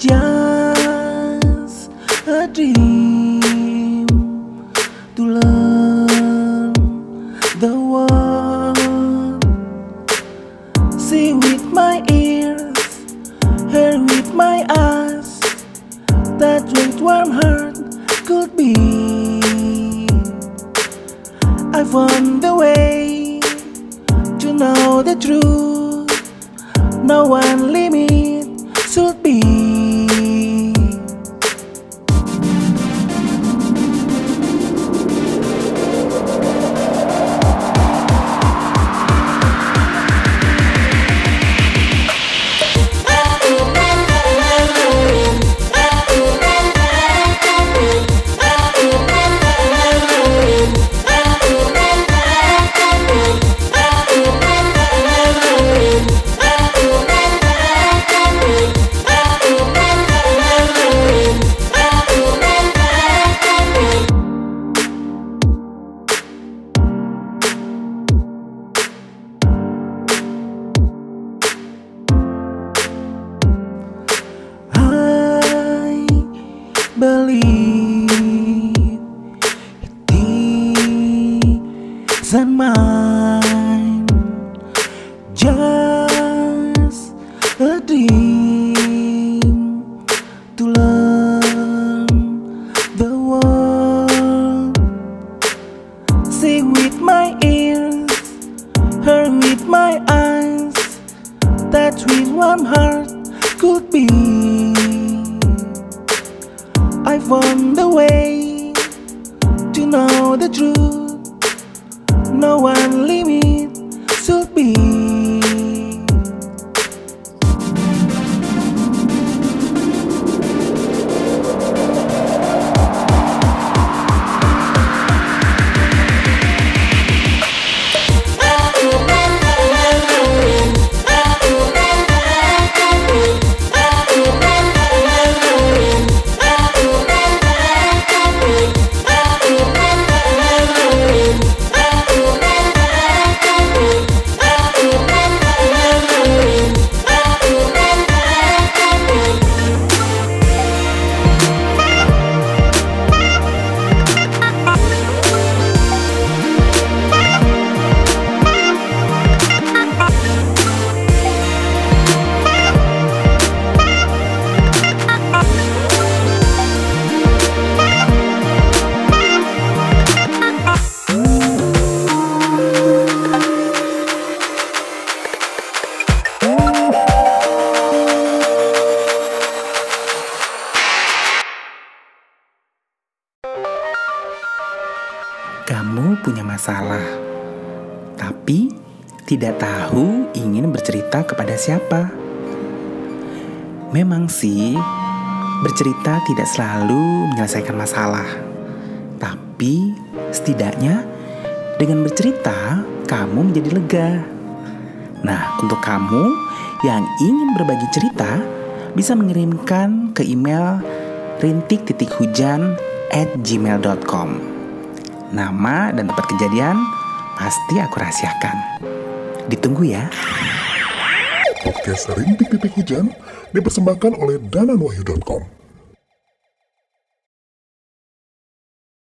just a dream to learn the world. See with my ears, hear with my eyes, that what warm heart could be. I found the way to know the truth. No one limit should be. Believe it isn't mine, just a dream to learn the world. See with my ears, hear with my eyes, that with warm heart could be. I found the way to know the truth. No one limit should be. Kamu punya masalah, tapi tidak tahu ingin bercerita kepada siapa. Memang sih, bercerita tidak selalu menyelesaikan masalah. Tapi setidaknya dengan bercerita, kamu menjadi lega. Nah, untuk kamu yang ingin berbagi cerita, bisa mengirimkan ke email rintik.hujan@gmail.com. Nama dan tempat kejadian pasti aku rahasiakan. Ditunggu ya. Podcast Rintik Titik Hujan dipersembahkan oleh dananwahyu.com.